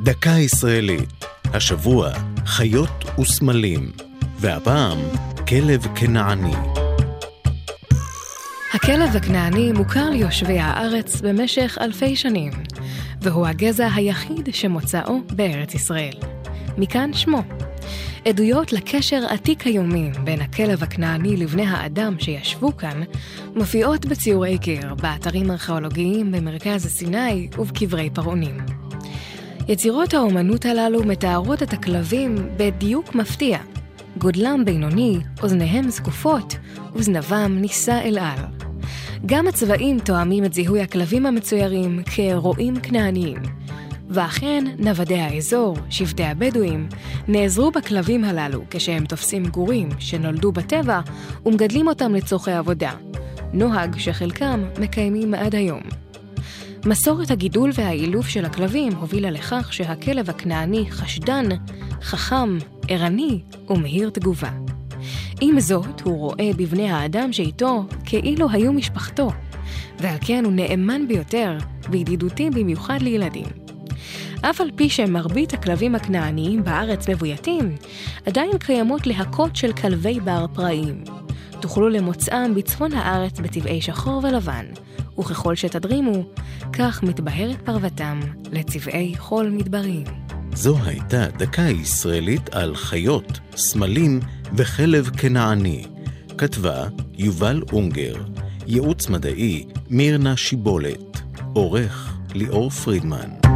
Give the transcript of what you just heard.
דקה ישראלית, השבוע חיות וסמלים, והפעם כלב כנעני. הכלב הכנעני מוכר ליושבי הארץ במשך אלפי שנים, והוא הגזע היחיד שמוצאו בארץ ישראל. מכאן שמו. עדויות לקשר עתיק היומין בין הכלב הכנעני לבני האדם שישבו כאן, מופיעות בציורי קיר, באתרים ארכיאולוגיים במרכז סיני ובקברי פרעונים. יצירות האומנות הללו מתארות את הכלבים בדיוק מפתיע. גודלם בינוני, אוזניהם זקופות, וזנבם נישא אל על. גם הצבעים תואמים את זיהוי הכלבים המצוירים כרועים כנעניים. ואכן, נוודי האזור, שבטי הבדואים, נעזרו בכלבים הללו כשהם תופסים גורים שנולדו בטבע ומגדלים אותם לצורכי עבודה. נוהג שחלקם מקיימים עד היום. מסורת הגידול והאילוף של הכלבים הובילה לכך שהכלב הכנעני חשדן, חכם, ערני ומהיר תגובה. עם זאת, הוא רואה בבני האדם שאיתו כאילו היו משפחתו, ועל כן הוא נאמן ביותר וידידותי במיוחד לילדים. אף על פי שמרבית הכלבים הכנעניים בארץ מבויתים, עדיין קיימות להקות של כלבי בר פראיים. תוכלו למוצאם בצפון הארץ בצבעי שחור ולבן, וככל שתדרימו, כך מתבהרת פרוותם לצבעי חול מדבריים. זו הייתה דקה ישראלית על חיות, סמלים וכלב כנעני. כתבה יובל אונגר, ייעוץ מדעי מירנה שיבולת, עורך ליאור פרידמן.